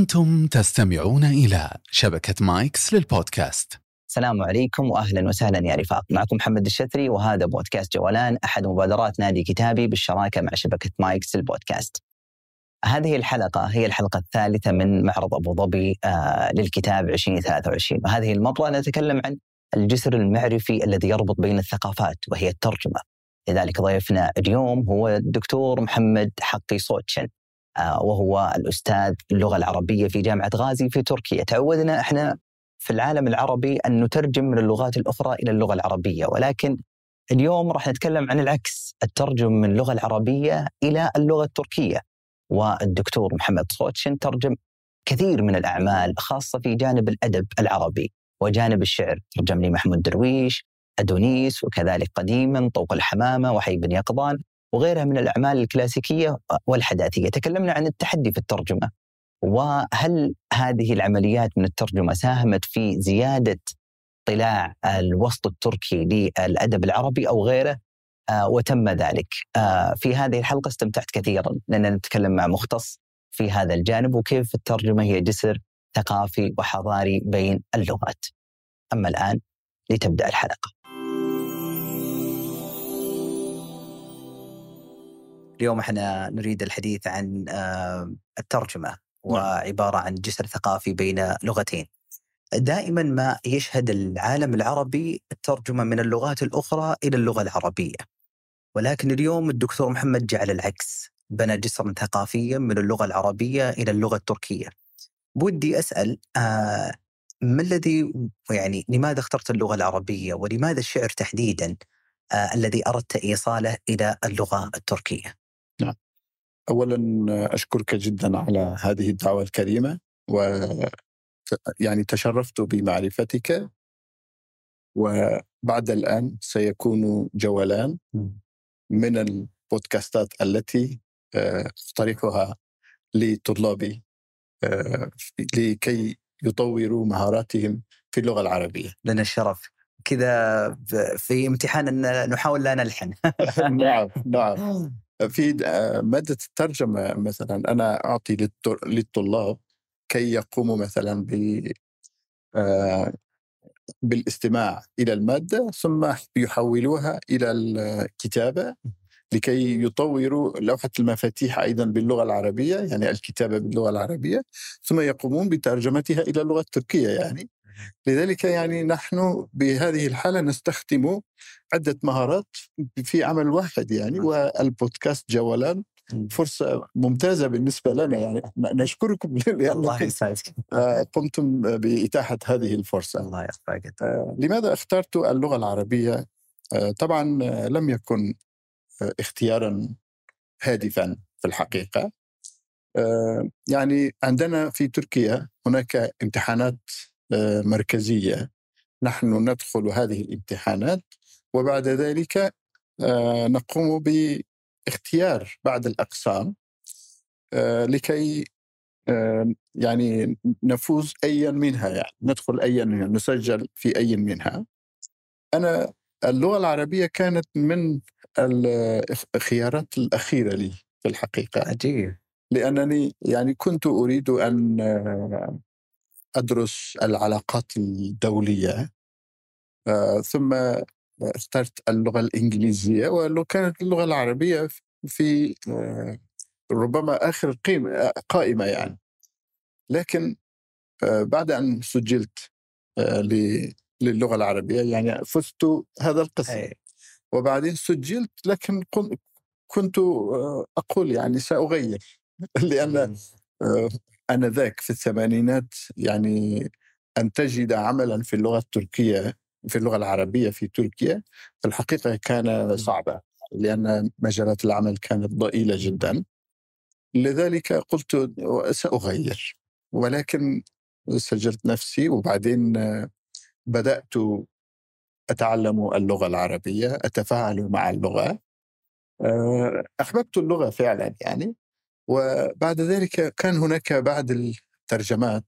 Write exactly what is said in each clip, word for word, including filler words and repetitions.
أنتم تستمعون إلى شبكة مايكس للبودكاست. السلام عليكم وأهلا وسهلا يا رفاق، معكم محمد الشثري وهذا بودكاست جولان، أحد مبادرات نادي كتابي بالشراكة مع شبكة مايكس للبودكاست. هذه الحلقة هي الحلقة الثالثة من معرض أبو ظبي آه للكتاب عشرين ثلاثة وعشرين، وهذه المرة نتكلم عن الجسر المعرفي الذي يربط بين الثقافات وهي الترجمة. لذلك ضيفنا اليوم هو الدكتور محمد حقي صوتشن، آه وهو الأستاذ اللغة العربية في جامعة غازي في تركيا. تعودنا إحنا في العالم العربي أن نترجم من اللغات الأخرى إلى اللغة العربية، ولكن اليوم راح نتكلم عن العكس، الترجم من اللغة العربية إلى اللغة التركية. والدكتور محمد صوتشن ترجم كثير من الأعمال خاصة في جانب الأدب العربي وجانب الشعر، ترجم لي محمود درويش، أدونيس، وكذلك قديما طوق الحمامة وحي بن يقظان وغيرها من الأعمال الكلاسيكية والحداثية. تكلمنا عن التحدي في الترجمة، وهل هذه العمليات من الترجمة ساهمت في زيادة اطلاع الوسط التركي للأدب العربي أو غيره؟ آه وتم ذلك. آه في هذه الحلقة استمتعت كثيرا لأننا نتكلم مع مختص في هذا الجانب وكيف الترجمة هي جسر ثقافي وحضاري بين اللغات. أما الآن لتبدأ الحلقة. اليوم احنا نريد الحديث عن آه الترجمة، وعبارة عن جسر ثقافي بين لغتين. دائما ما يشهد العالم العربي الترجمة من اللغات الأخرى إلى اللغة العربية، ولكن اليوم الدكتور محمد جعل العكس، بنى جسرا ثقافيا من اللغة العربية إلى اللغة التركية. بودي أسأل آه ما الذي يعني لماذا اخترت اللغة العربية، ولماذا الشعر تحديدا آه الذي أردت إيصاله إلى اللغة التركية؟ نعم، أولا أشكرك جدا على هذه الدعوة الكريمة، و يعني تشرفت بمعرفتك. وبعد الآن سيكون جولان من البودكاستات التي أقترحها لطلابي لكي يطوروا مهاراتهم في اللغة العربية. لنا الشرف كذا في امتحان أن نحاول لا نلحن. نعم نعم. في مادة الترجمة مثلا أنا أعطي للطلاب كي يقوموا مثلا ب بالاستماع إلى المادة ثم يحولوها إلى الكتابة لكي يطوروا لوحة المفاتيح أيضا باللغة العربية، يعني الكتابة باللغة العربية، ثم يقومون بترجمتها إلى اللغة التركية. يعني لذلك يعني نحن بهذه الحالة نستخدم عدة مهارات في عمل واحد يعني. والبودكاست جولان فرصة ممتازة بالنسبة لنا، يعني نشكركم لأنكم قمتم بإتاحة هذه الفرصة. الله يحفظك. لماذا اخترت اللغة العربية؟ طبعا لم يكن اختيارا هادفا في الحقيقة. يعني عندنا في تركيا هناك امتحانات مركزية، نحن ندخل هذه الامتحانات وبعد ذلك نقوم باختيار بعض الأقسام لكي يعني نفوز أيا منها، يعني ندخل أيا منها، نسجل في أي منها. أنا اللغة العربية كانت من الخيارات الأخيرة لي في الحقيقة. عجيب. لأنني يعني كنت أريد أن أدرس العلاقات الدولية، ثم اخترت اللغة الإنجليزية، ولو كانت اللغة العربية في ربما آخر قيمة قائمة يعني. لكن بعد أن سجلت للغة العربية يعني فزت هذا القسم، وبعدين سجلت، لكن كنت أقول يعني سأغير لأن أنا ذاك في الثمانينات يعني أن تجد عملا في اللغة التركية في اللغة العربية في تركيا في الحقيقة كان صعبا، لأن مجالات العمل كانت ضئيلة جدا. لذلك قلت سأغير، ولكن سجلت نفسي وبعدين بدأت أتعلم اللغة العربية، أتفاعل مع اللغة، أحببت اللغة فعلا يعني. وبعد ذلك كان هناك بعض الترجمات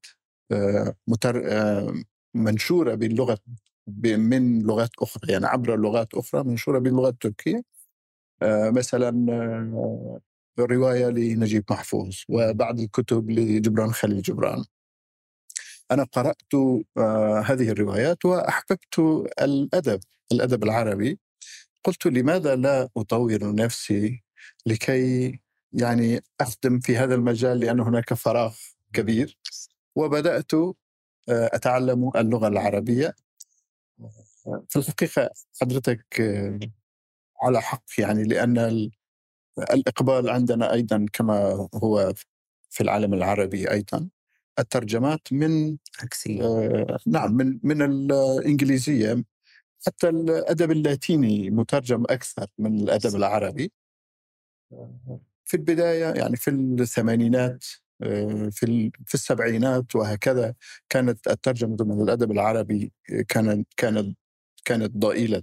منشورة باللغة من لغات أخرى، يعني عبر لغات أخرى منشورة باللغة التركية. مثلا رواية لنجيب محفوظ وبعض الكتب لجبران خليل جبران. أنا قرأت آه هذه الروايات وأحببت الأدب الأدب العربي. قلت لماذا لا أطور نفسي لكي يعني أخدم في هذا المجال، لأن هناك فراغ كبير. وبدأت أتعلم اللغة العربية. في الحقيقة حضرتك على حق، يعني لأن الإقبال عندنا أيضا كما هو في العالم العربي أيضا الترجمات من آه نعم من من الإنجليزية، حتى الأدب اللاتيني مترجم أكثر من الأدب العربي. في البداية يعني في الثمانينات في في السبعينات وهكذا كانت الترجمة من الأدب العربي كانت كانت كانت ضئيلة.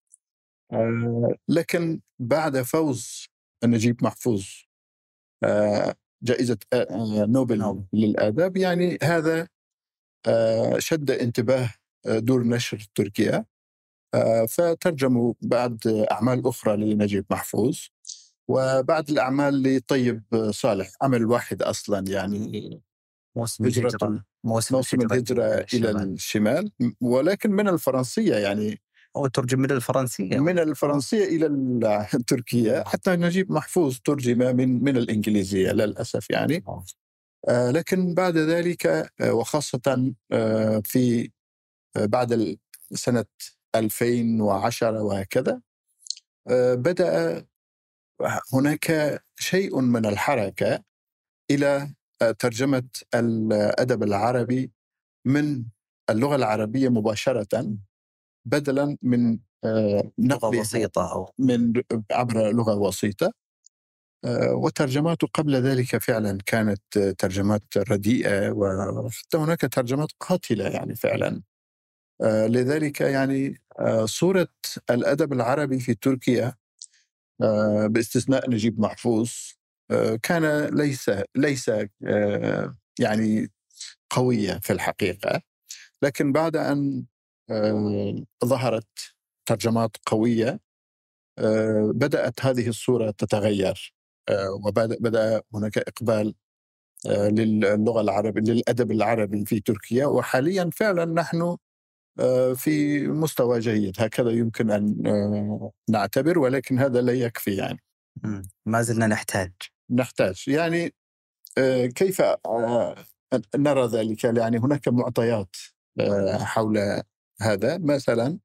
لكن بعد فوز نجيب محفوظ جائزة نوبل للآداب، يعني هذا شد انتباه دور نشر تركيا، فترجموا بعد أعمال أخرى لنجيب محفوظ، وبعد الأعمال لطيب صالح عمل واحد أصلا، يعني موسم الهجرة موسم, موسم الهجرة, الهجرة إلى الشمال، ولكن من الفرنسية، يعني هو ترجم من الفرنسية من الفرنسية إلى التركية. حتى نجيب محفوظ ترجم من من الإنجليزية للأسف يعني. آه لكن بعد ذلك آه وخاصة آه في آه بعد سنة ألفين وعشرة وهكذا آه بدأ هناك شيء من الحركة إلى آه ترجمة الأدب العربي من اللغة العربية مباشرة، بدلا من آه لغة وسيطة أو من عبر لغة وسيطة. آه وترجماته قبل ذلك فعلا كانت ترجمات رديئة، وحتى هناك ترجمات قاتلة يعني فعلا. آه لذلك يعني آه صورة الأدب العربي في تركيا آه باستثناء نجيب محفوظ آه كان ليس ليس آه يعني قوية في الحقيقة. لكن بعد أن آه ظهرت ترجمات قوية آه بدأت هذه الصورة تتغير، آه وبدأ هناك إقبال آه للغة العربية للأدب العربي في تركيا. وحاليا فعلا نحن آه في مستوى جيد، هكذا يمكن أن آه نعتبر، ولكن هذا لا يكفي يعني. ما زلنا نحتاج نحتاج يعني آه كيف آه نرى ذلك؟ يعني هناك معطيات آه حول هذا. مثلا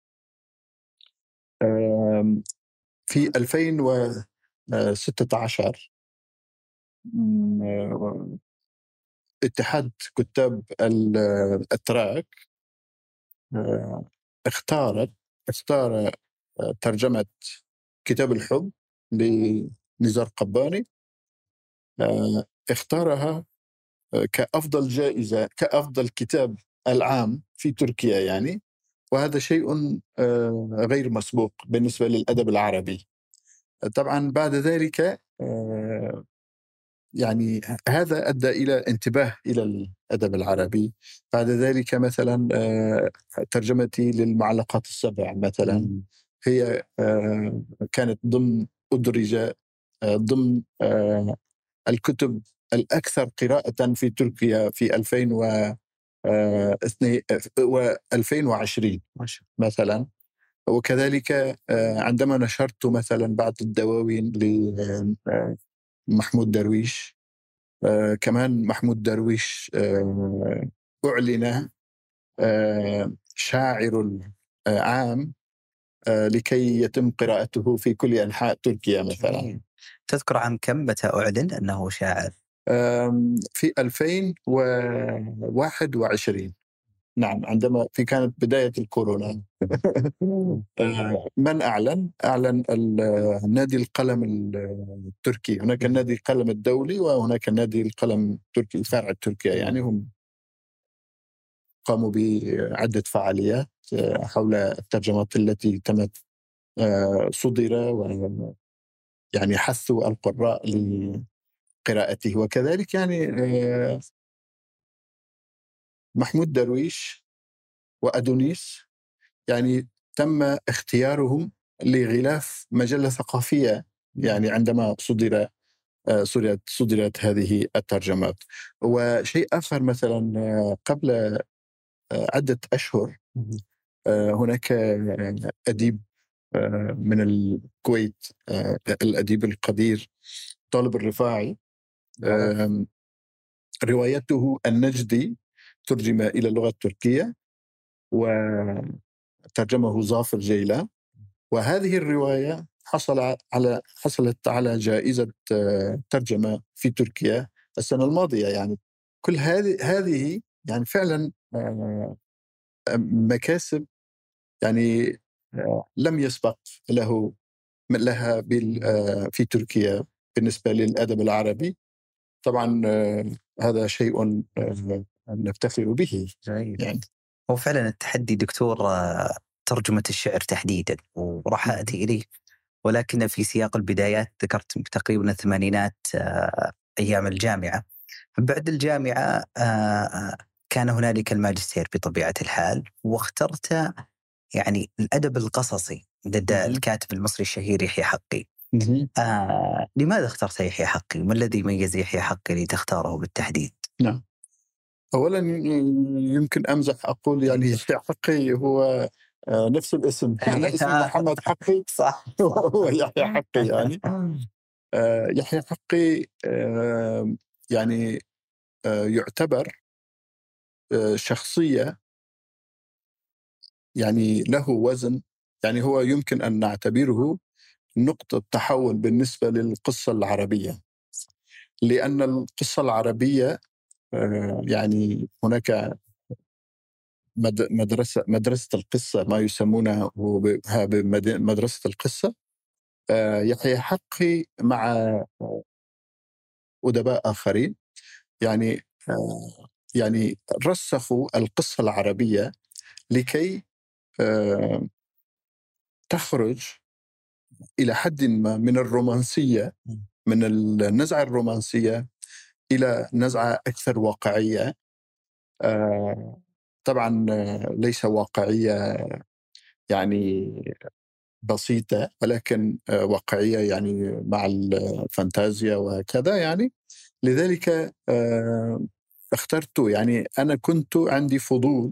آه في ألفين وستة عشر اتحاد كتاب الأتراك اختارت اختار ترجمة كتاب الحب لنزار قباني، اختارها كأفضل جائزة كأفضل كتاب العام في تركيا يعني. وهذا شيء غير مسبوق بالنسبة للأدب العربي. طبعا بعد ذلك يعني هذا أدى إلى انتباه إلى الأدب العربي. بعد ذلك مثلا ترجمتي للمعلقات السبع مثلا هي كانت ضمن أدرج ضمن الكتب الأكثر قراءة في تركيا في ألفين وعشرين مثلا. وكذلك عندما نشرت مثلا بعض الدواوين لمحمود درويش، كمان محمود درويش أعلن شاعر عام لكي يتم قراءته في كل أنحاء تركيا مثلا. تذكر عام كم متى أعلن أنه شاعر؟ في ألفين وواحد وعشرين، نعم، عندما في كانت بداية الكورونا. من أعلن؟ أعلن النادي القلم التركي. هناك النادي القلم الدولي وهناك النادي القلم التركي فرع تركيا، يعني هم قاموا بعدة فعاليات حول الترجمات التي تمت صدر، و يعني حثوا القراء لقراءته. وكذلك يعني محمود درويش وأدونيس يعني تم اختيارهم لغلاف مجلة ثقافية يعني عندما صدر صدرت صدرت هذه الترجمات. وشيء آخر مثلا قبل عدة أشهر هناك أديب من الكويت، الأديب القدير طالب الرفاعي، روايته النجدي ترجم إلى اللغة التركية وترجمه ظافر جيلان، وهذه الرواية حصل على حصلت على جائزة ترجمة في تركيا السنة الماضية. يعني كل هذه هذه يعني فعلا مكاسب يعني لم يسبق له لها في تركيا بالنسبة للأدب العربي. طبعا هذا شيء نفتخر به. يعني هو فعلا التحدي دكتور ترجمة الشعر تحديدا، وراح أتي إليه، ولكن في سياق البدايات ذكرت تقريبا الثمانينات أيام الجامعة. بعد الجامعة كان هنالك الماجستير بطبيعة الحال، واخترت يعني الأدب القصصي لدى الكاتب المصري الشهير يحيى حقي. آه، لماذا اخترت يحيى حقي؟ ما الذي يميز يحيى حقي لتختاره بالتحديد؟ نعم، أولا يمكن أمزح أقول يعني يحيى حقي هو نفس الاسم، أنا اسمي محمد حقي صح هو يحيى حقي. يعني يحيى حقي يعني يعتبر شخصية يعني له وزن، يعني هو يمكن أن نعتبره نقطة تحول بالنسبة للقصة العربية، لأن القصة العربية يعني هناك مدرسة مدرسة القصة، ما يسمونها بمدرسة القصة. يحيى حقي مع أدباء آخرين يعني يعني رسخوا القصة العربية لكي تخرج إلى حد ما من الرومانسية، من النزعة الرومانسية إلى نزعة أكثر واقعية. طبعا ليس واقعية يعني بسيطة، ولكن واقعية يعني مع الفانتازيا وكذا. يعني لذلك اخترت، يعني أنا كنت عندي فضول.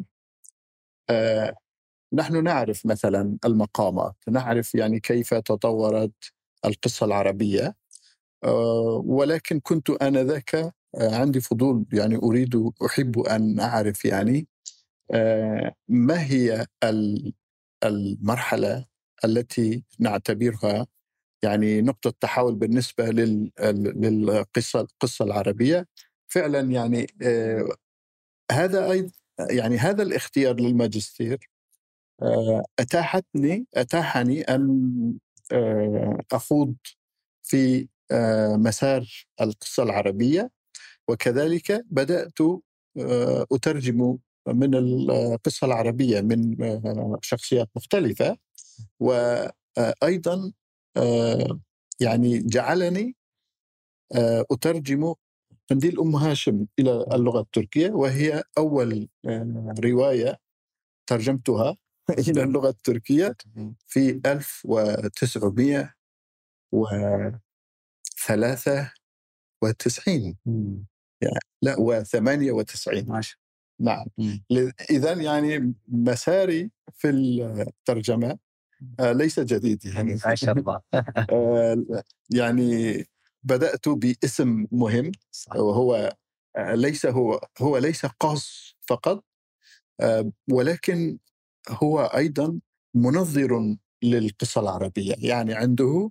نحن نعرف مثلا المقامات، نعرف يعني كيف تطورت القصة العربية، ولكن كنت آنذاك عندي فضول، يعني أريد أحب أن أعرف يعني ما هي المرحلة التي نعتبرها يعني نقطة تحول بالنسبة للقصة القصة العربية فعلا. يعني هذا أيضا يعني هذا الاختيار للماجستير أتاحتني أتاحني أن أخوض في مسار القصة العربية، وكذلك بدأت أترجم من القصة العربية من شخصيات مختلفة، وأيضا يعني جعلني أترجم قنديل أم هاشم إلى اللغة التركية، وهي أول رواية ترجمتها إلى اللغة التركية في ألف وتسعمائة وثلاثة وتسعين يعني لا وثمانية وتسعين. ماشي. نعم، إذن يعني مساري في الترجمة ليس جديد يعني. ما شاء الله. يعني بدأت باسم مهم، وهو ليس هو هو ليس قاص فقط، ولكن هو أيضا منظر للقصة العربية. يعني عنده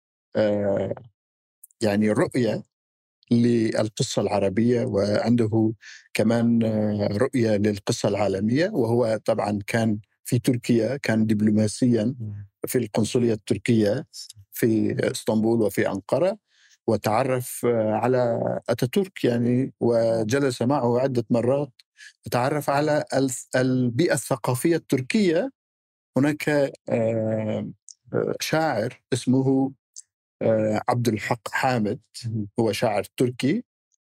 يعني رؤية للقصة العربية، وعنده كمان رؤية للقصة العالمية. وهو طبعا كان في تركيا، كان دبلوماسيا في القنصلية التركية في اسطنبول وفي أنقرة، وتعرف على أتاتورك يعني، وجلس معه عدة مرات، تعرف على البيئة الثقافية التركية. هناك شاعر اسمه عبد الحق حامد، هو شاعر تركي،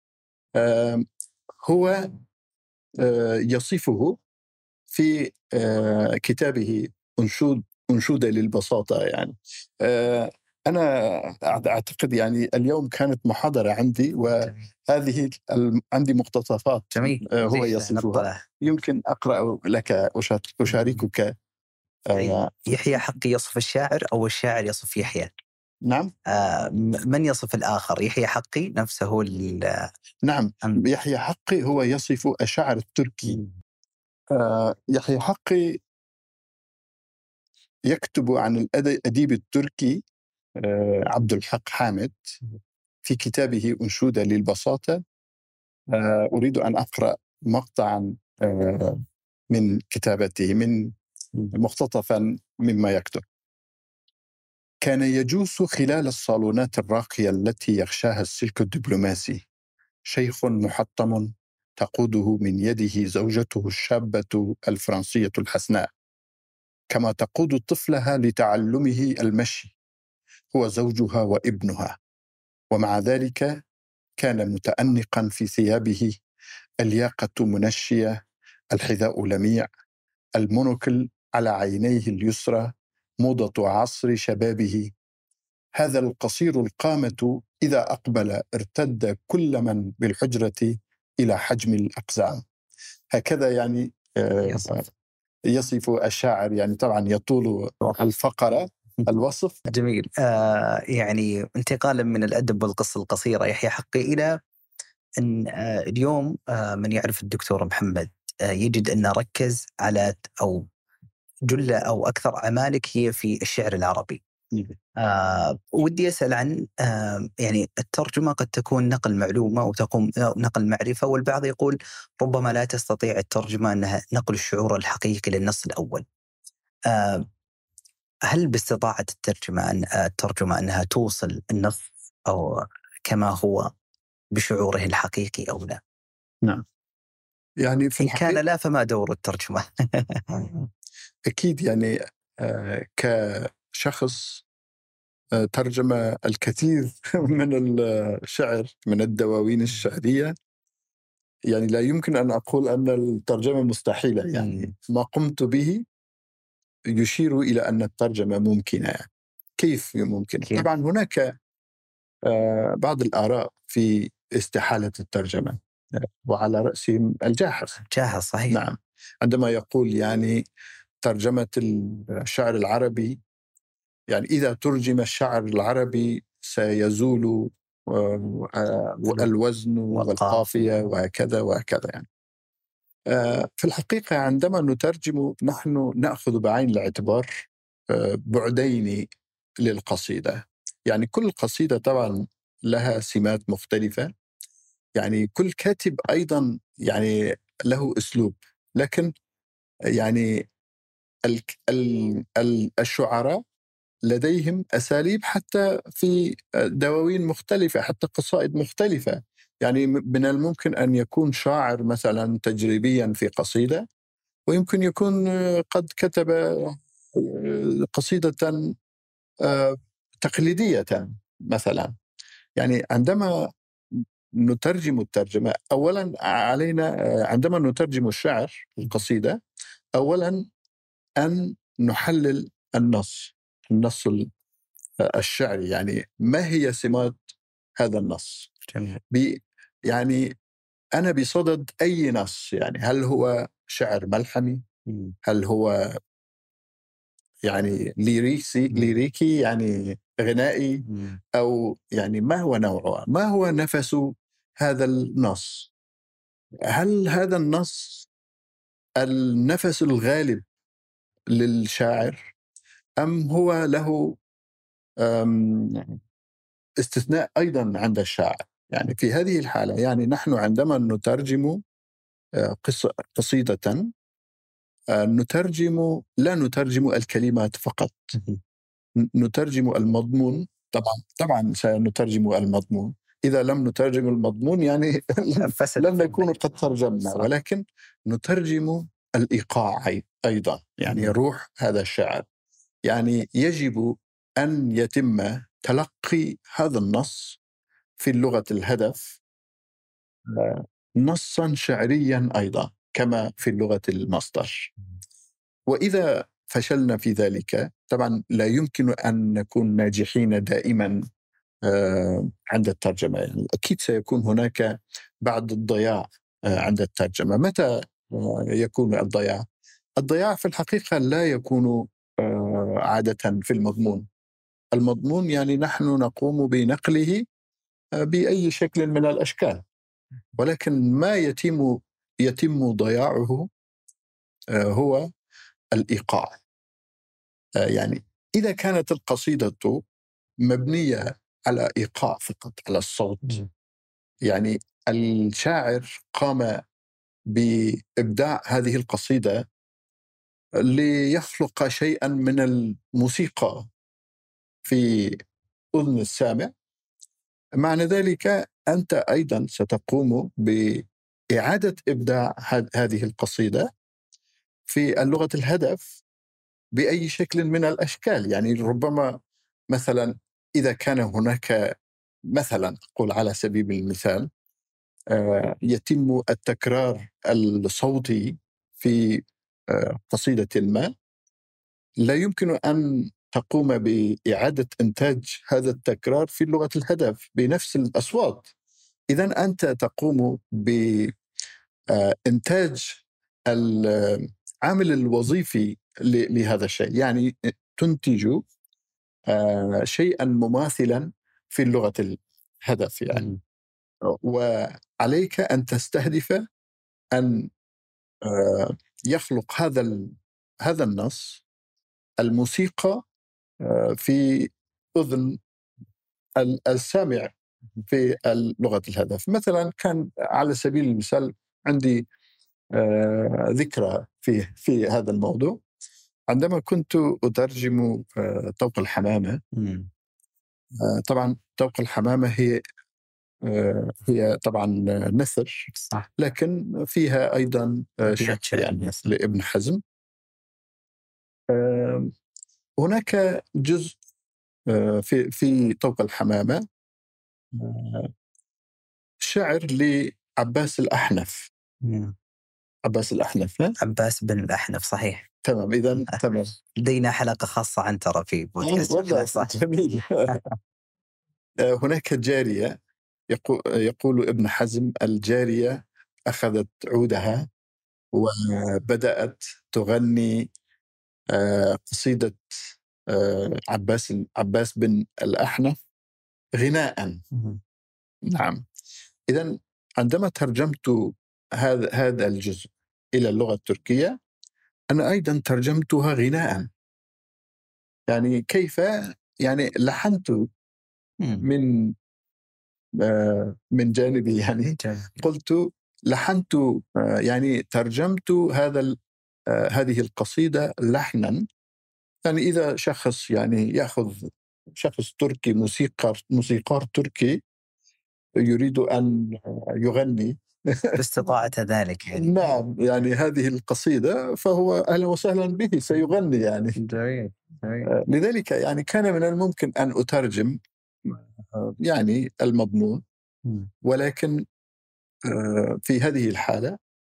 هو يصفه في كتابه أنشود أنشودة للبساطة. يعني أنا أعتقد يعني اليوم كانت محاضرة عندي، وهذه عندي مقتطفات جميل. هو يصفها، يمكن أقرأ لك أشاركك. يحيى حقي يصف الشاعر أو الشاعر يصف يحيى؟ نعم. آه من يصف الآخر؟ يحيى حقي نفسه. نعم. يحيى حقي هو يصف الشاعر التركي. آه يحيى حقي يكتب عن الأديب التركي آه عبد الحق حامد في كتابه أنشودة للبساطة. آه أريد أن أقرأ مقطعا آه من كتابته، من مقتطفا مما يكتب. كان يجوس خلال الصالونات الراقية التي يغشاها السلك الدبلوماسي شيخ محطم تقوده من يده زوجته الشابة الفرنسية الحسناء، كما تقود طفلها لتعلمه المشي، هو زوجها وابنها. ومع ذلك كان متأنقا في ثيابه، الياقة منشية، الحذاء لميع، المونوكل على عينيه اليسرى، موضة عصر شبابه. هذا القصير القامة إذا أقبل ارتد كل من بالحجرة إلى حجم الأقزام. هكذا يعني يصف, يصف الشاعر. يعني طبعا يطول الفقرة الوصف. جميل. آه يعني انتقالا من الأدب والقصة القصيرة يحيى حقي إلى أن آه اليوم آه من يعرف الدكتور محمد آه يجد أن ركز على أو جل أو أكثر أعمالك هي في الشعر العربي. آه ودي أسأل عن آه يعني الترجمة قد تكون نقل معلومة وتقوم نقل معرفة، والبعض يقول ربما لا تستطيع الترجمة أنها نقل الشعور الحقيقي للنص الأول. آه هل باستطاعة الترجمة أن الترجمة أنها توصل النص أو كما هو بشعوره الحقيقي أو لا؟ نعم. يعني في إن كان لا فما دور الترجمة؟ أكيد يعني آه كشخص آه ترجم الكثير من الشعر، من الدواوين الشعرية، يعني لا يمكن أن أقول أن الترجمة مستحيلة. يعني ما قمت به يشير إلى أن الترجمة ممكنة. يعني كيف ممكن؟ كيف؟ طبعا هناك آه بعض الآراء في استحالة الترجمة، وعلى رأسهم الجاحظ. جاحظ صحيح. نعم. عندما يقول يعني ترجمة الشعر العربي، يعني إذا ترجم الشعر العربي سيزول الوزن والقافية وهكذا وهكذا. يعني في الحقيقة عندما نترجم نحن نأخذ بعين الاعتبار بعدين للقصيدة. يعني كل قصيدة طبعا لها سمات مختلفة، يعني كل كاتب أيضا يعني له أسلوب، لكن يعني ال ال ال الشعراء لديهم أساليب حتى في دواوين مختلفة، حتى قصائد مختلفة. يعني من الممكن أن يكون شاعر مثلا تجريبيا في قصيدة، ويمكن يكون قد كتب قصيدة تقليدية مثلا. يعني عندما نترجم الترجمة أولا علينا، عندما نترجم الشعر القصيدة أولا أن نحلل النص النص الشعري. يعني ما هي سمات هذا النص؟ يعني أنا بصدد أي نص، يعني هل هو شعر ملحمي؟ هل هو يعني ليريسي ليريكي يعني غنائي؟ أو يعني ما هو نوعه؟ ما هو نفس هذا النص؟ هل هذا النص النفس الغالب للشاعر، أم هو له استثناء أيضا عند الشاعر؟ يعني في هذه الحالة يعني نحن عندما نترجم قصيدة نترجم لا نترجم الكلمات فقط، نترجم المضمون. طبعا طبعا سنترجم المضمون. إذا لم نترجم المضمون يعني لن نكون قد ترجمنا، ولكن نترجم الإيقاع أيضا، يعني روح هذا الشعر. يعني يجب أن يتم تلقي هذا النص في اللغة الهدف نصا شعريا أيضا كما في اللغة المصدر. وإذا فشلنا في ذلك. طبعا لا يمكن أن نكون ناجحين دائما عند الترجمة، يعني أكيد سيكون هناك بعض الضياع عند الترجمة. متى يكون الضياع؟ الضياع في الحقيقة لا يكون عادة في المضمون. المضمون يعني نحن نقوم بنقله بأي شكل من الأشكال، ولكن ما يتم يتم ضياعه هو الإيقاع. يعني إذا كانت القصيدة مبنية على إيقاع فقط، على الصوت، يعني الشاعر قام بإبداع هذه القصيدة ليخلق شيئا من الموسيقى في أذن السامع، معنى ذلك أنت أيضا ستقوم بإعادة إبداع هذه القصيدة في اللغة الهدف بأي شكل من الأشكال. يعني ربما مثلا إذا كان هناك مثلا، أقول على سبيل المثال، يتم التكرار الصوتي في قصيدة ما، لا يمكن أن تقوم بإعادة إنتاج هذا التكرار في اللغة الهدف بنفس الأصوات. إذن أنت تقوم بإنتاج العامل الوظيفي لهذا الشيء، يعني تنتج شيئا مماثلا في اللغة الهدف يعني. وعليك أن تستهدف أن يخلق هذا هذا النص الموسيقى في أذن السامع في اللغة الهدف. مثلا كان على سبيل المثال عندي ذكرى في في هذا الموضوع. عندما كنت أترجم طوق الحمامة، طبعا طوق الحمامة هي هي طبعا نثر، لكن فيها أيضا شعر يعني لابن حزم. هناك جزء في في طوق الحمامة شعر لعباس الأحنف. عباس الأحنف لا؟ عباس بن الأحنف، صحيح. تمام، إذن تمام. لدينا حلقة خاصة عن ترى في بودكاست. جميل. هناك جارية يقول, يقول ابن حزم: الجارية أخذت عودها وبدأت تغني قصيدة عباس عباس بن الأحنف غناء. نعم. إذن عندما ترجمت هذا هذا الجزء إلى اللغة التركية، أنا أيضا ترجمتها غناء. يعني كيف؟ يعني لحنت من من جانبي، يعني قلت لحنت، يعني ترجمت هذا هذه القصيدة لحنا. يعني إذا شخص يعني يأخذ شخص تركي، موسيقار موسيقار تركي يريد أن يغني باستطاعة ذلك يعني. نعم، يعني هذه القصيدة، فهو أهلا وسهلا به سيغني يعني. جميل. لذلك يعني كان من الممكن أن أترجم يعني المضمون، ولكن في هذه الحالة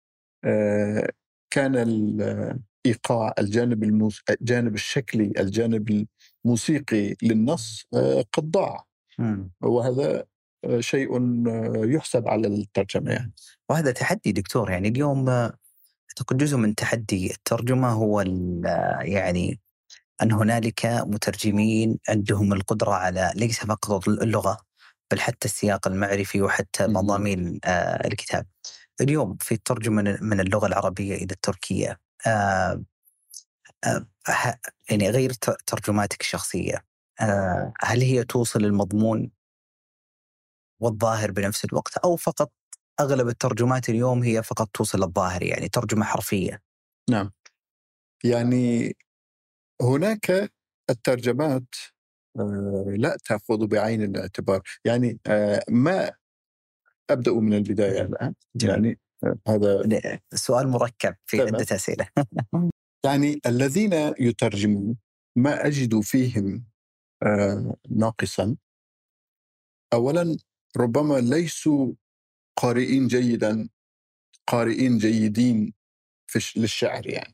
كان الإيقاع، الجانب الموس... الجانب الشكلي، الجانب الموسيقي للنص قد ضاع، وهذا شيء يحسب على الترجمة يعني. وهذا تحدي دكتور. يعني اليوم أعتقد جزء من تحدي الترجمة هو يعني أن هنالك مترجمين عندهم القدرة على ليس فقط اللغة بل حتى السياق المعرفي وحتى مضامين آه الكتاب. اليوم في الترجمة من اللغة العربية إلى التركية، آه آه يعني غير ترجماتك الشخصية، آه هل هي توصل المضمون والظاهر بنفس الوقت، أو فقط أغلب الترجمات اليوم هي فقط توصل الظاهر، يعني ترجمة حرفية؟ نعم، يعني هناك الترجمات لا تأخذ بعين الاعتبار. يعني ما أبدأ من البداية الآن. يعني هذا سؤال مركب في عدة أسئلة. يعني الذين يترجمون ما أجد فيهم ناقصا. أولا ربما ليسوا قارئين جيدا قارئين جيدين في للشعر. يعني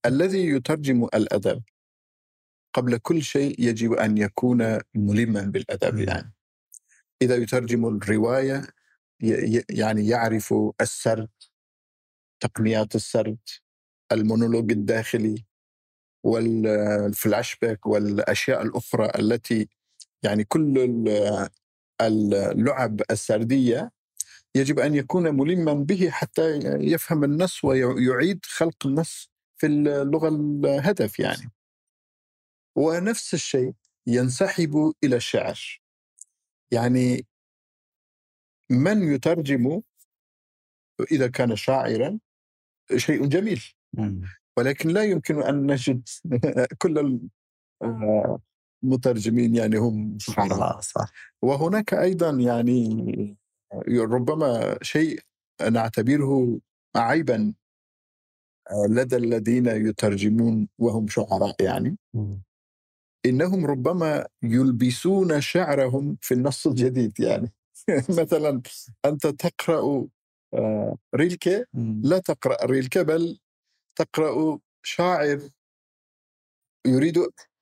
الذي يترجم الأدب قبل كل شيء يجب أن يكون ملما بالأدب. يعني إذا يترجم الرواية يعني يعرف السرد، تقنيات السرد، المونولوج الداخلي والفلاش باك والأشياء الأخرى التي يعني كل اللعب السردية يجب أن يكون ملما به حتى يفهم النص ويعيد خلق النص في اللغة الهدف يعني. ونفس الشيء ينسحب إلى الشعر. يعني من يترجم إذا كان شاعرا شيء جميل، ولكن لا يمكن أن نجد كل المترجمين يعني هم شعراء. وهناك أيضا يعني ربما شيء نعتبره عيبا لدى الذين يترجمون وهم شعراء، يعني إنهم ربما يلبسون شعرهم في النص الجديد. يعني مثلا أنت تقرأ ريلكي، لا تقرأ ريلكي بل تقرأ شاعر يريد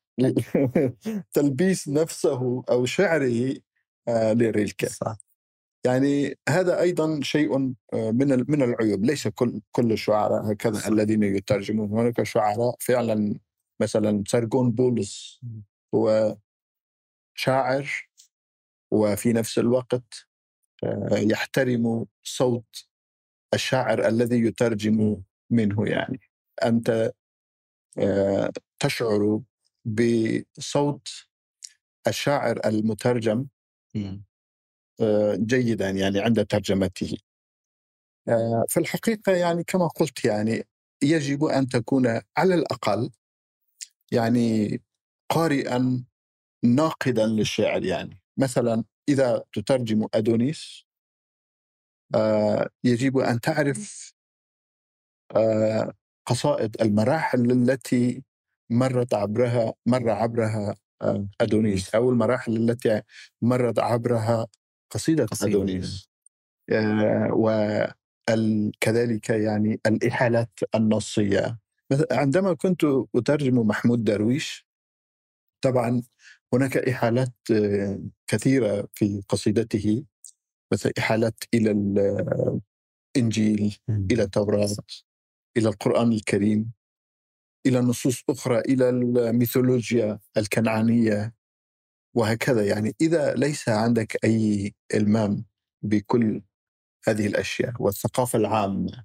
تلبيس نفسه أو شعره لريلكي. يعني هذا أيضا شيء من من العيوب. ليس كل كل الشعراء هكذا الذين يترجمون. هناك شعراء فعلا، مثلا سرغون بولس هو شاعر وفي نفس الوقت يحترم صوت الشاعر الذي يترجم منه. يعني أنت تشعر بصوت الشاعر المترجم جيدا يعني عند ترجمته. في الحقيقة يعني كما قلت يعني يجب أن تكون على الأقل يعني قارئا ناقدا للشعر. يعني مثلا إذا تترجم أدونيس يجب أن تعرف قصائد المراحل التي مرت عبرها مر عبرها أدونيس، أو المراحل التي مرت عبرها قصيدة أدونيس. وكذلك يعني الإحالات النصية. عندما كنت أترجم محمود درويش طبعا هناك إحالات كثيرة في قصيدته، مثل إحالات إلى الإنجيل، إلى التوراة، إلى القرآن الكريم، إلى نصوص أخرى، إلى الميثولوجيا الكنعانية وهكذا. يعني إذا ليس عندك أي إلمام بكل هذه الأشياء والثقافة العامة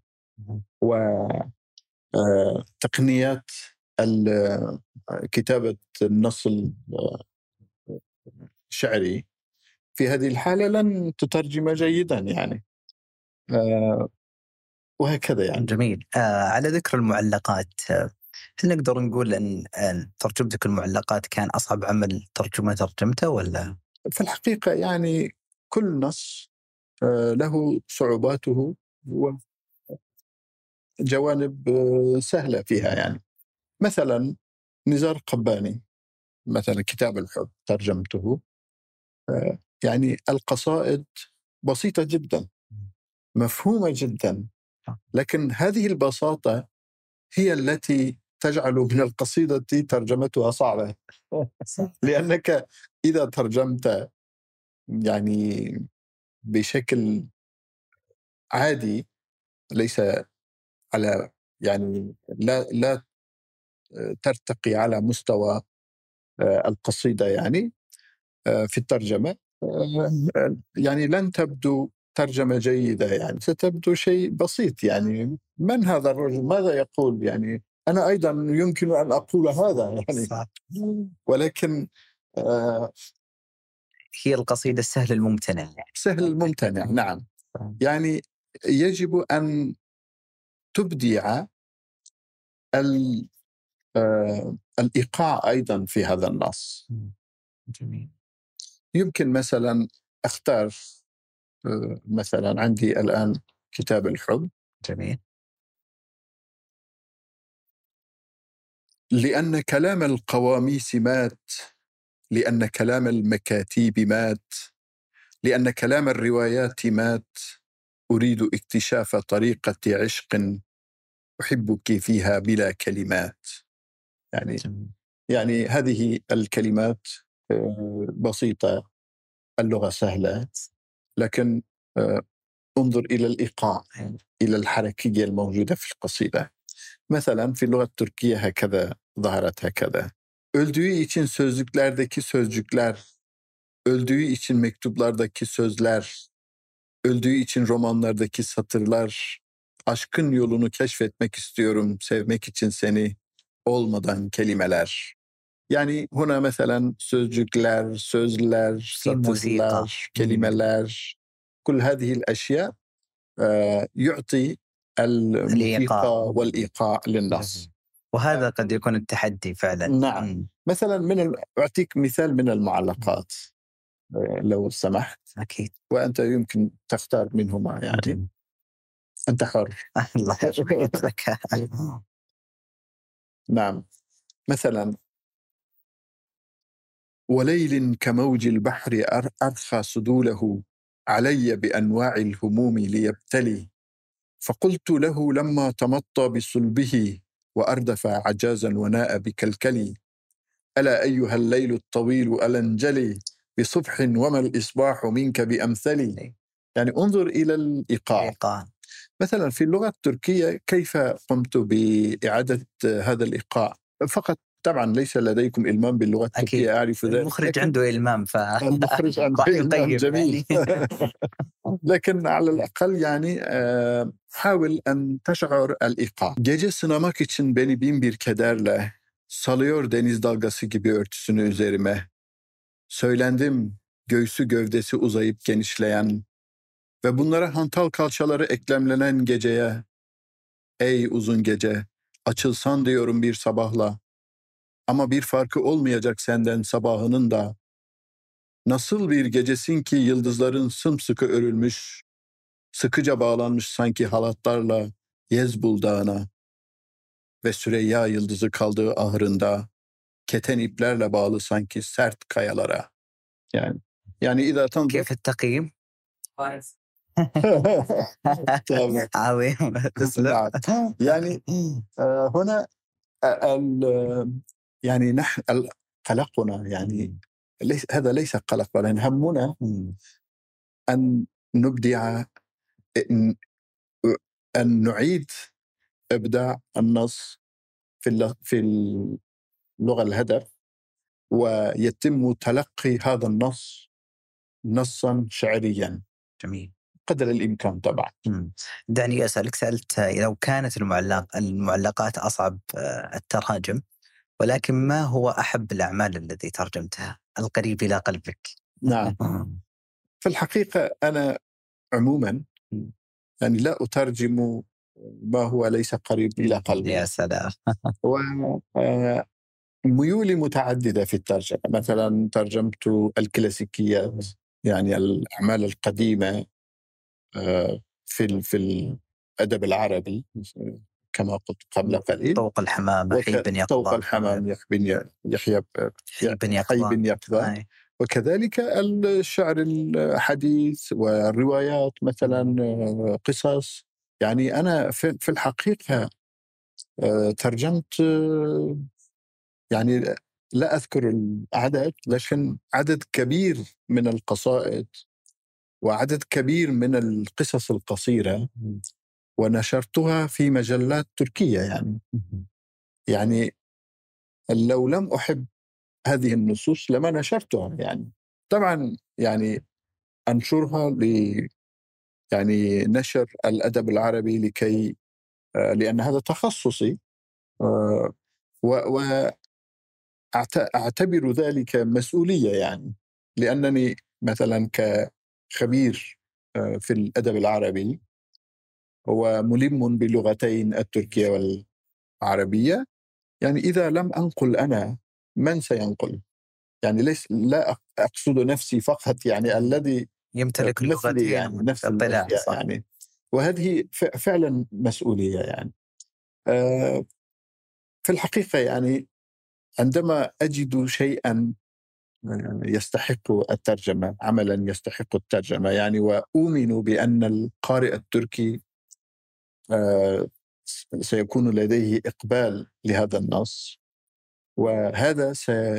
وتقنيات كتابة النص الشعري، في هذه الحالة لن تترجم جيدا يعني. وهكذا يعني. جميل. آه على ذكر المعلقات، آه هل نقدر نقول أن ترجمتك المعلقات كان أصعب عمل ترجمة ترجمته ولا؟ في الحقيقة يعني كل نص آه له صعوباته وجوانب آه سهلة فيها. يعني مثلا نزار قباني، مثلا كتاب الحب ترجمته، آه يعني القصائد بسيطة جدا، مفهومة جدا، لكن هذه البساطة هي التي تجعل من القصيدة ترجمتها صعبة. لأنك إذا ترجمت يعني بشكل عادي، ليس على يعني لا لا ترتقي على مستوى القصيدة يعني في الترجمة، يعني لن تبدو ترجمة جيدة، يعني ستبدو شيء بسيط. يعني من هذا الرجل؟ ماذا يقول؟ يعني أنا أيضا يمكن أن أقول هذا يعني صح. ولكن آه هي القصيدة السهل الممتنع. سهل الممتنع، نعم. يعني يجب أن تبدع آه الإيقاع أيضا في هذا النص. جميل. يمكن مثلا أختار آه مثلا عندي الآن كتاب الحب. جميل. لأن كلام القواميس مات، لأن كلام المكاتيب مات، لأن كلام الروايات مات، أريد اكتشاف طريقة عشق أحبك فيها بلا كلمات. يعني يعني هذه الكلمات بسيطة، اللغة سهلة، لكن انظر إلى الإيقاع، إلى الحركية الموجودة في القصيدة. Mesela في اللغة التركية هكذا ظهرت هكذا: öldüğü için sözlüklerdeki sözcükler, öldüğü için mektuplardaki sözler, öldüğü için romanlardaki satırlar, aşkın yolunu keşfetmek istiyorum, sevmek için seni, olmadan kelimeler. Yani huna mesela sözcükler, sözler, satırlar, kelimeler, كل هذه الأشياء يعطي الموسيقى والإيقاع للنص. وهذا قد يكون التحدي فعلا. نعم. م. مثلا من أعطيك مثال من المعلقات لو سمحت. أكيد. وأنت يمكن تختار منهما يعني. م. أنت حر. الله يحفظك. نعم. مثلا: وليل كموج البحر أرخى سدوله علي بأنواع الهموم ليبتلي، فقلت له لما تمطى بصلبه وأردف عجازا وناء بكلكلي: ألا أيها الليل الطويل ألا انجلي بصبح وما الإصباح منك بأمثلي. يعني انظر إلى الإيقاع. مثلا في اللغة التركية كيف قمت بإعادة هذا الإيقاع؟ فقط طبعا ليس لديكم إلمام باللغة التركية، أعرف ذلك. المخرج عنده إلمام، ف المخرج عنده إلمام جميل. لكن على الأقل yani حاول أن تشعر الإيقاع. Gece sınamak için beni bin bir kederle salıyor deniz dalgası gibi örtüsünü üzerime. Söylendim göğsü gövdesi uzayıp genişleyen ve bunlara hantal kalçaları eklemlenen geceye. Ey uzun gece, açılsan diyorum bir sabahla. Ama bir farkı olmayacak senden sabahının da. Nasıl bir gecesin ki yıldızların sımsıkı örülmüş, sıkıca bağlanmış sanki halatlarla Yezbul Dağı'na ve Süreyya yıldızı kaldığı ahırında keten iplerle bağlı sanki sert kayalara. Yani yani إذا تنظر كيف التقييم؟ عظيم. يعني هنا يعني نحن قلقنا يعني ليس هذا ليس قلق، ولكن همنا أن نبدع، أن نعيد إبداع النص في في اللغة الهدف، ويتم تلقي هذا النص نصا شعريا. جميل. قدر الإمكان طبعا. دعني أسألك، سألت لو كانت المعلق المعلقات أصعب التراجم، ولكن ما هو أحب الأعمال التي ترجمتها القريب إلى قلبك؟ نعم. في الحقيقة أنا عموما يعني لا أترجم ما هو ليس قريب إلى قلبي. يا سلام. وميولي متعددة في الترجمة. مثلا ترجمت الكلاسيكيات، يعني الأعمال القديمة في في الأدب العربي كما قلت قبل قليل: طوق الحمام، حي بن يقظة، طوق الحمام، يحيى بن يقظة، وكذلك الشعر الحديث والروايات، مثلا قصص. يعني أنا في الحقيقة ترجمت يعني لا أذكر العدد، لكن عدد كبير من القصائد وعدد كبير من القصص القصيرة، ونشرتها في مجلات تركية. يعني يعني لو لم أحب هذه النصوص لما نشرتها. يعني طبعا يعني أنشرها ل يعني نشر الأدب العربي لكي لأن هذا تخصصي، وأعتبر ذلك مسؤولية، يعني لأنني مثلا كخبير في الأدب العربي وملم باللغتين التركية والعربية، يعني إذا لم أنقل أنا من سينقل؟ يعني ليس لا أقصد نفسي فقط، يعني الذي يمتلك اللغتين يعني نفس الأشياء يعني. وهذه فعلا مسؤولية يعني. في الحقيقة يعني عندما أجد شيئا يستحق الترجمة، عملا يستحق الترجمة يعني، وأؤمن بأن القارئ التركي سيكون لديه إقبال لهذا النص، وهذا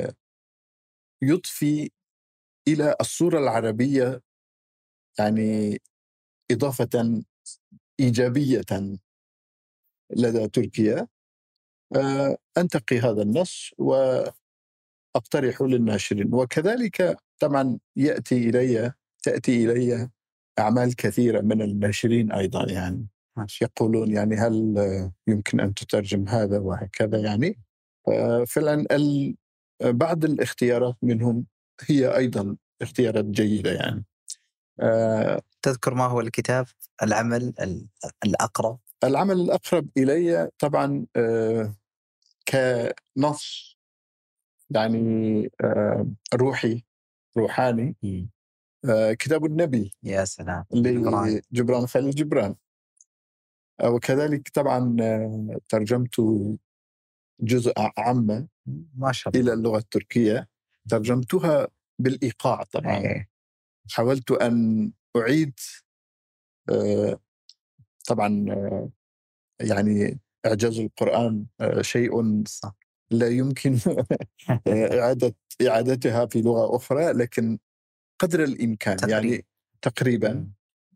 سيضفي إلى الصورة العربية يعني إضافة إيجابية لدى تركيا. أنتقي هذا النص وأقترحه للناشرين. وكذلك طبعا يأتي إلي تأتي إلي أعمال كثيرة من الناشرين أيضا، يعني يقولون يعني هل يمكن أن تترجم هذا وهكذا. يعني فعلا بعض الاختيارات منهم هي أيضا اختيارات جيدة. يعني تذكر ما هو الكتاب العمل الأقرب؟ العمل الأقرب إلي طبعا كنص يعني روحي روحاني كتاب النبي. يا سلام. لجبران خليل جبران. وكذلك طبعا ترجمت جزء عامة ما شاء الله إلى اللغة التركية، ترجمتها بالإيقاع طبعا. أيه. حاولت أن أعيد طبعا يعني إعجاز القرآن شيء لا يمكن إعادة إعادتها في لغة أخرى، لكن قدر الإمكان تقريبا. يعني تقريبا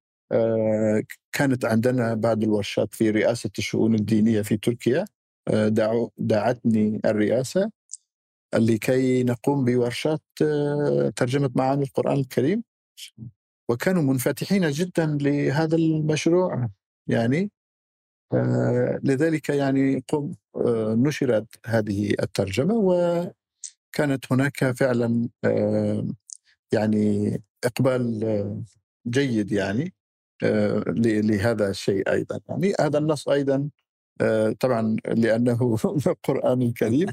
كانت عندنا بعض الورشات في رئاسة الشؤون الدينية في تركيا، دعتني الرئاسة لكي نقوم بورشات ترجمة معاني القرآن الكريم، وكانوا منفتحين جدا لهذا المشروع. يعني لذلك يعني قم نشرت هذه الترجمة، وكانت هناك فعلا يعني إقبال جيد يعني لهذا الشيء أيضا. يعني هذا النص أيضا طبعا لأنه القرآن الكريم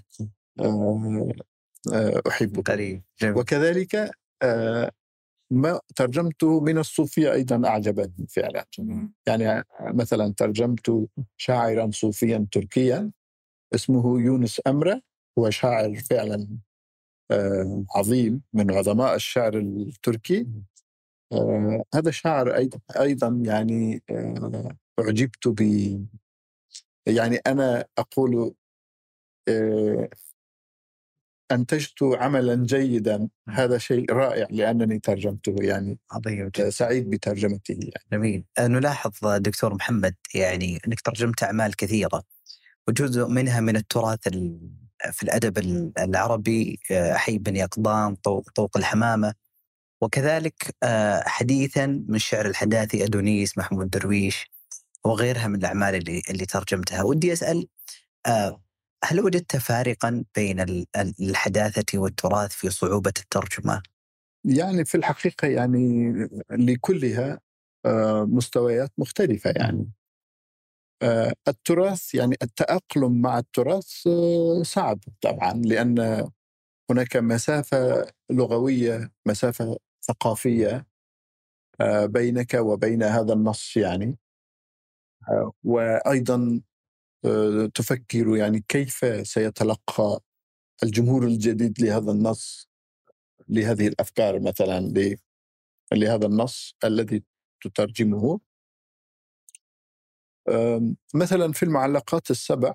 أحبه. وكذلك ما ترجمته من الصوفية أيضا أعجبني فعلا. يعني مثلا ترجمت شاعرا صوفيا تركيا اسمه يونس أمرة، هو شاعر فعلا عظيم من عظماء الشعر التركي. هذا شاعر أيضا يعني أعجبت ب يعني أنا أقول أنتجت عملا جيدا. هذا شيء رائع لأنني ترجمته. يعني عظيم، سعيد بترجمته. يعني جميل. نلاحظ دكتور محمد يعني أنك ترجمت أعمال كثيرة، وجزء منها من التراث في الأدب العربي، حي بن يقظان، طوق الحمامة، وكذلك حديثا من شعر الحداثي أدونيس، محمود درويش، وغيرها من الأعمال اللي اللي ترجمتها. ودي أسأل، هل وجدت فارقا بين الحداثة والتراث في صعوبة الترجمة؟ يعني في الحقيقة يعني لكلها مستويات مختلفة. يعني التراث يعني التأقلم مع التراث صعب طبعا، لأن هناك مسافة لغوية، مسافة ثقافية بينك وبين هذا النص. يعني وأيضا تفكر يعني كيف سيتلقى الجمهور الجديد لهذا النص، لهذه الأفكار مثلا، لهذا النص الذي تترجمه. مثلا في المعلقات السبع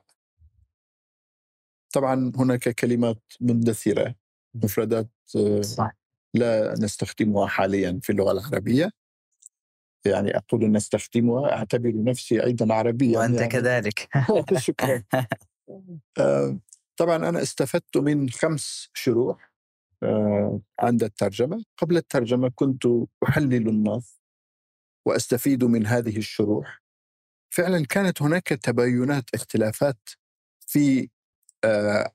طبعا هناك كلمات مندثرة، مفردات لا نستخدمها حاليا في اللغة العربية. يعني أقول نستخدمها، أعتبر نفسي أيضا عربيا. وأنت يعني كذلك. شكرا. طبعا أنا استفدت من خمس شروح عند الترجمة. قبل الترجمة كنت أحلل النص وأستفيد من هذه الشروح. فعلا كانت هناك تباينات، اختلافات في آه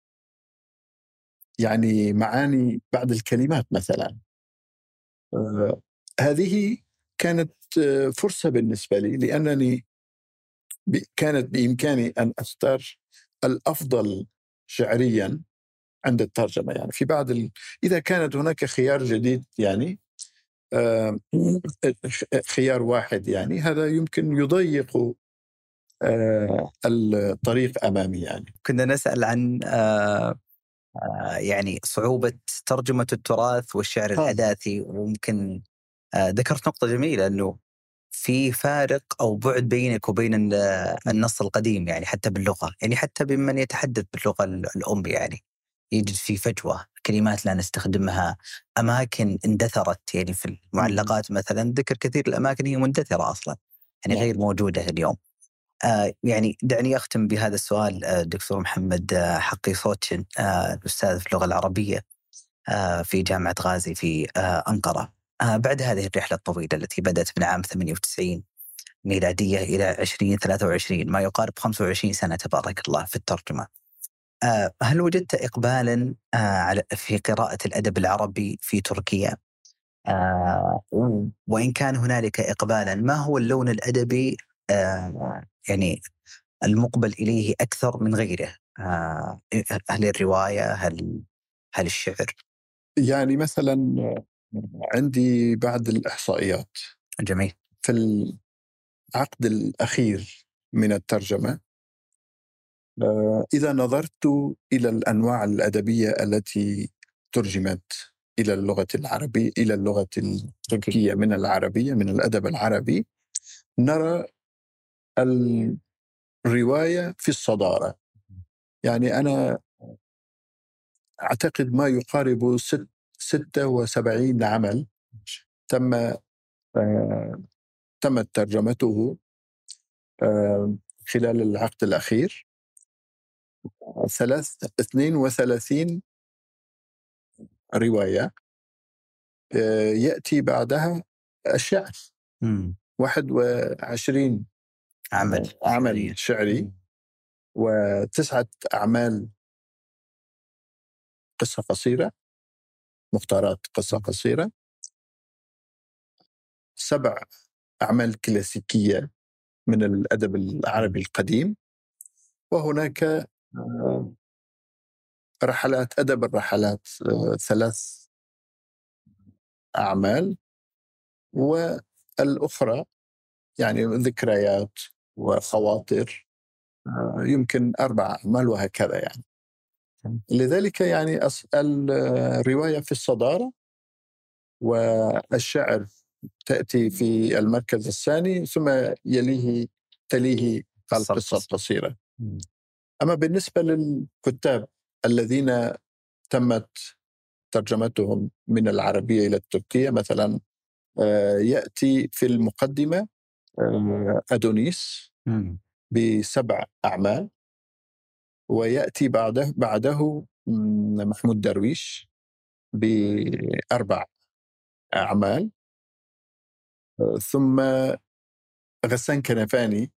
يعني معاني بعض الكلمات مثلا. آه هذه كانت آه فرصة بالنسبة لي، لأنني كانت بإمكاني أن أختار الأفضل شعريا عند الترجمة. يعني في بعض ال... إذا كانت هناك خيار جديد، يعني آه خيار واحد، يعني هذا يمكن يضيق آه الطريق أمامي. يعني كنا نسأل عن آه يعني صعوبة ترجمة التراث والشعر الحداثي، وممكن آه ذكرت نقطة جميلة، أنه في فارق أو بعد بينك وبين النص القديم، يعني حتى باللغة، يعني حتى بمن يتحدث باللغة الأم، يعني يجد في فجوة، كلمات لا نستخدمها، أماكن اندثرت، يعني في المعلقات مثلا ذكر كثير الأماكن هي مندثرة أصلا، يعني غير موجودة اليوم. آه يعني دعني أختم بهذا السؤال. آه دكتور محمد آه حقي صوتشن، آه الأستاذ في اللغة العربية آه في جامعة غازي في آه أنقرة، آه بعد هذه الرحلة الطويلة التي بدأت من عام ثمانية وتسعين ميلادية إلى عشرين ثلاثة وعشرين، ما يقارب خمسة وعشرين سنة تبارك الله في الترجمة، آه هل وجدت إقبالا آه على في قراءة الأدب العربي في تركيا؟ آه وإن كان هنالك إقبالا، ما هو اللون الأدبي آه يعني المقبل إليه أكثر من غيره؟ آه هل الرواية، هل هل الشعر؟ يعني مثلا عندي بعض الإحصائيات. جميل. في العقد الأخير من الترجمة، إذا نظرت إلى الأنواع الأدبية التي ترجمت إلى اللغة العربية، إلى اللغة التركية من العربية، من الأدب العربي، نرى الرواية في الصدارة. يعني أنا أعتقد ما يقارب ست ستة وسبعين عمل تم آه تمت ترجمته آه خلال العقد الأخير. ثلاث اثنين وثلاثين رواية آه يأتي بعدها الشعر. مم. واحد وعشرين عمل عمل شعري، وتسعة أعمال قصة قصيرة، مختارات قصة قصيرة، سبع أعمال كلاسيكية من الأدب العربي القديم، وهناك رحلات أدب الرحلات ثلاث أعمال، والأخرى يعني ذكريات وخواطر يمكن أربع أعمال، وهكذا يعني. لذلك يعني الرواية في الصدارة، والشعر تأتي في المركز الثاني، ثم يليه تليه القصة القصيرة. أما بالنسبة للكتاب الذين تمت ترجمتهم من العربية إلى التركية، مثلا يأتي في المقدمة أدونيس بسبع أعمال، ويأتي بعده بعده محمود درويش بأربع أعمال، ثم غسان كنفاني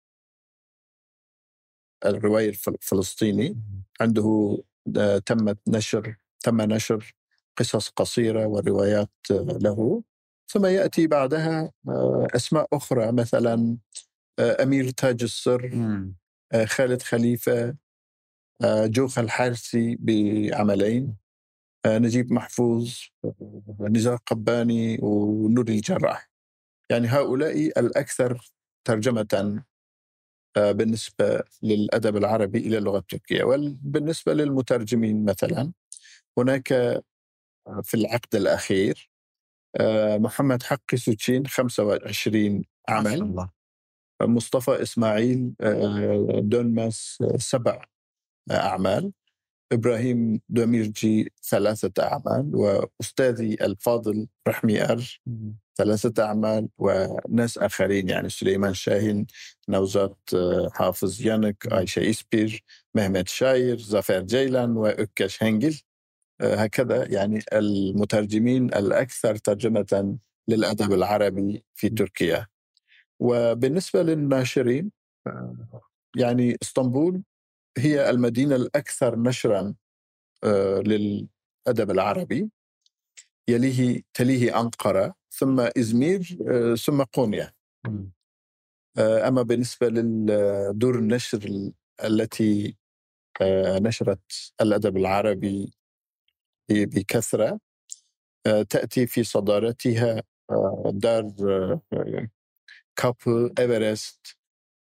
الرواية الفلسطيني عنده تمت نشر تم نشر قصص قصيرة وروايات له. ثم يأتي بعدها أسماء أخرى، مثلا أمير تاج السر، خالد خليفة، جوخ الحارسي بعملين، نجيب محفوظ، نزار قباني، ونور الجراح. يعني هؤلاء الأكثر ترجمة بالنسبة للأدب العربي إلى اللغة التركية. وبالنسبة للمترجمين مثلا، هناك في العقد الأخير محمد حقي سوتشين خمسة وعشرين عمل، الله. مصطفى إسماعيل دونماس سبع أعمال، إبراهيم دوميرجي ثلاثة أعمال، وأستاذي الفاضل رحمي أر ثلاثة أعمال، وناس آخرين يعني سليمان شاهين، نوزات حافظ يانك، عائشة إسبير، مهمت شاير، زفير جيلان، وأكاش هنجل. هكذا يعني المترجمين الأكثر ترجمة للأدب العربي في تركيا. وبالنسبة للناشرين، يعني اسطنبول هي المدينة الأكثر نشرا للأدب العربي، يليه تليه أنقرة، ثم إزمير، ثم قونيا. أما بالنسبة للدور النشر التي نشرت الأدب العربي بكثرة، تأتي في صدارتها دار كابل، إيفرست،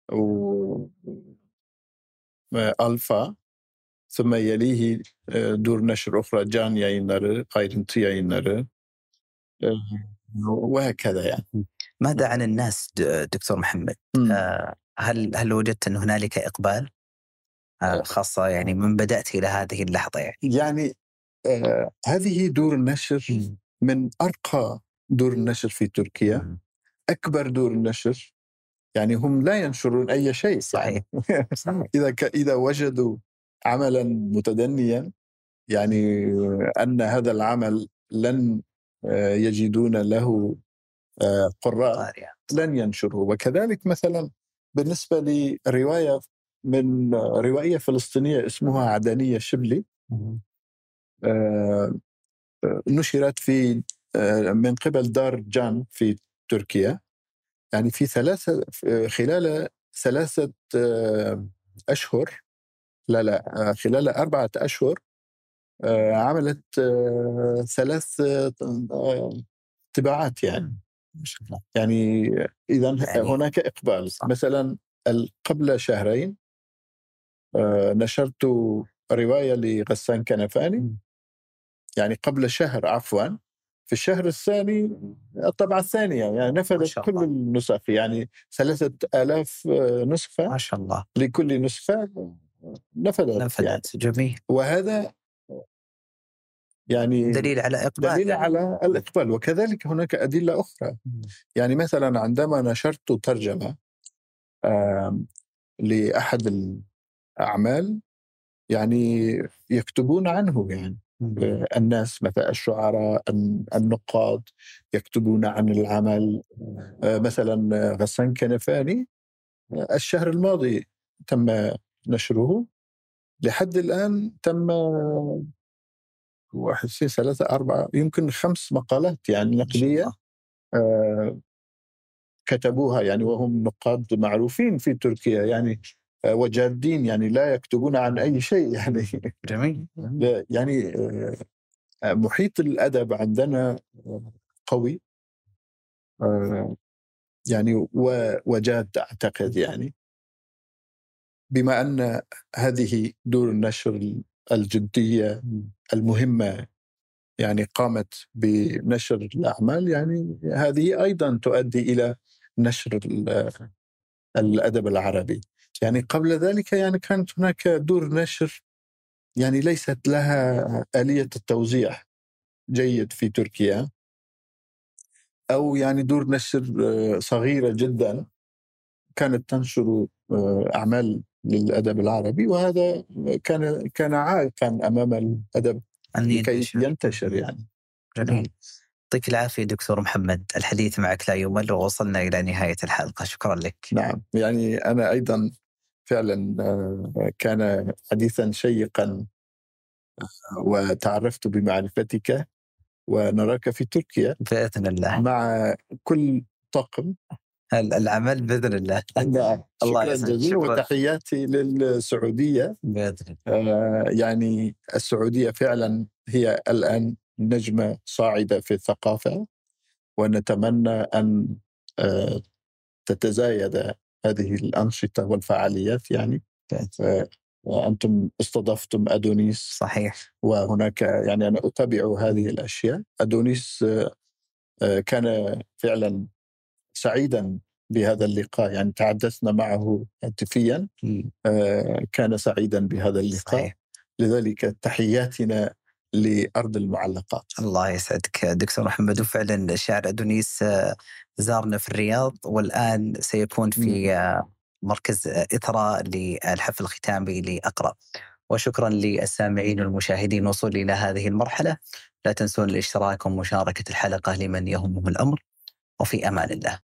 وألفا، ثم يليه دور نشر أخرى جان يayınları، أيرنتي يayınları، وهكذا يعني. ماذا عن الناس دكتور محمد؟ آه هل هل وجدت أن هنالك إقبال آه خاصة يعني من بدأت إلى هذه اللحظة؟ يعني, يعني آه هذه دور النشر من أرقى دور النشر في تركيا، أكبر دور النشر. يعني هم لا ينشرون أي شيء. صحيح. يعني صحيح. إذا ك... إذا وجدوا عملا متدنيا، يعني أن هذا العمل لن يجدون له قراء، لن ينشروه. وكذلك مثلا بالنسبة لرواية من روائية فلسطينية اسمها عدنية شبلي، نشرت في من قبل دار جان في تركيا، يعني في ثلاثة خلال ثلاثة أشهر لا لا خلال أربعة أشهر عملت ثلاث طباعات. يعني يعني إذا هناك إقبال. مثلا قبل شهرين نشرت رواية لغسان كنفاني، يعني قبل شهر عفوا في الشهر الثاني الطبعة الثانية يعني نفذت كل النسخ، يعني ثلاثة آلاف نسخة ما شاء الله لكل نسخة نفذت, نفذت. يعني. جميل. وهذا يعني دليل على إقبال دليل يعني. على الإقبال. وكذلك هناك أدلة أخرى. يعني مثلا عندما نشرت ترجمة لأحد الأعمال، يعني يكتبون عنه، يعني الناس مثلا الشعراء النقاد يكتبون عن العمل. مثلا غسان كنفاني الشهر الماضي تم نشره، لحد الآن تم واحد اثنين ثلاثة أربعة يمكن خمس مقالات يعني نقدية آه كتبوها، يعني وهم نقاد معروفين في تركيا، يعني آه وجادين، يعني لا يكتبون عن أي شيء. يعني جميل. يعني آه محيط الأدب عندنا قوي آه يعني وجاد أعتقد، يعني بما أن هذه دور النشر الجدية المهمة يعني قامت بنشر الأعمال، يعني هذه أيضا تؤدي إلى نشر الأدب العربي. يعني قبل ذلك يعني كانت هناك دور نشر يعني ليست لها آلية التوزيع جيد في تركيا، أو يعني دور نشر صغيرة جدا كانت تنشر أعمال للأدب العربي، وهذا كان كان عائقا أمام الأدب لكي ينتشر. يعني جميل. يعطيك العافية دكتور محمد، الحديث معك لا يمل، ووصلنا إلى نهاية الحلقة. شكرا لك. نعم، يعني أنا أيضا فعلا كان حديثا شيقا، وتعرفت بمعرفتك، ونراك في تركيا بإذن الله مع كل طاقم العمل بإذن الله. شكرا جزيلا، وتحياتي للسعودية بإذن الله. يعني السعودية فعلا هي الآن نجمة صاعدة في الثقافة، ونتمنى أن تتزايد هذه الأنشطة والفعاليات. يعني وأنتم استضفتم أدونيس. صحيح. وهناك يعني أنا أتابع هذه الأشياء. أدونيس كان فعلا سعيدا بهذا اللقاء، يعني تحدثنا معه هاتفيا، كان سعيدا بهذا اللقاء. صحيح. لذلك تحياتنا لأرض المعلقات. الله يسعدك دكتور محمد. وفعلا شاعر أدونيس زارنا في الرياض، والآن سيكون في مركز إثراء للحفل الختامي لأقرأ. وشكرا للسامعين والمشاهدين وصول إلى هذه المرحلة. لا تنسون الاشتراك ومشاركة الحلقة لمن يهمه الأمر، وفي أمان الله.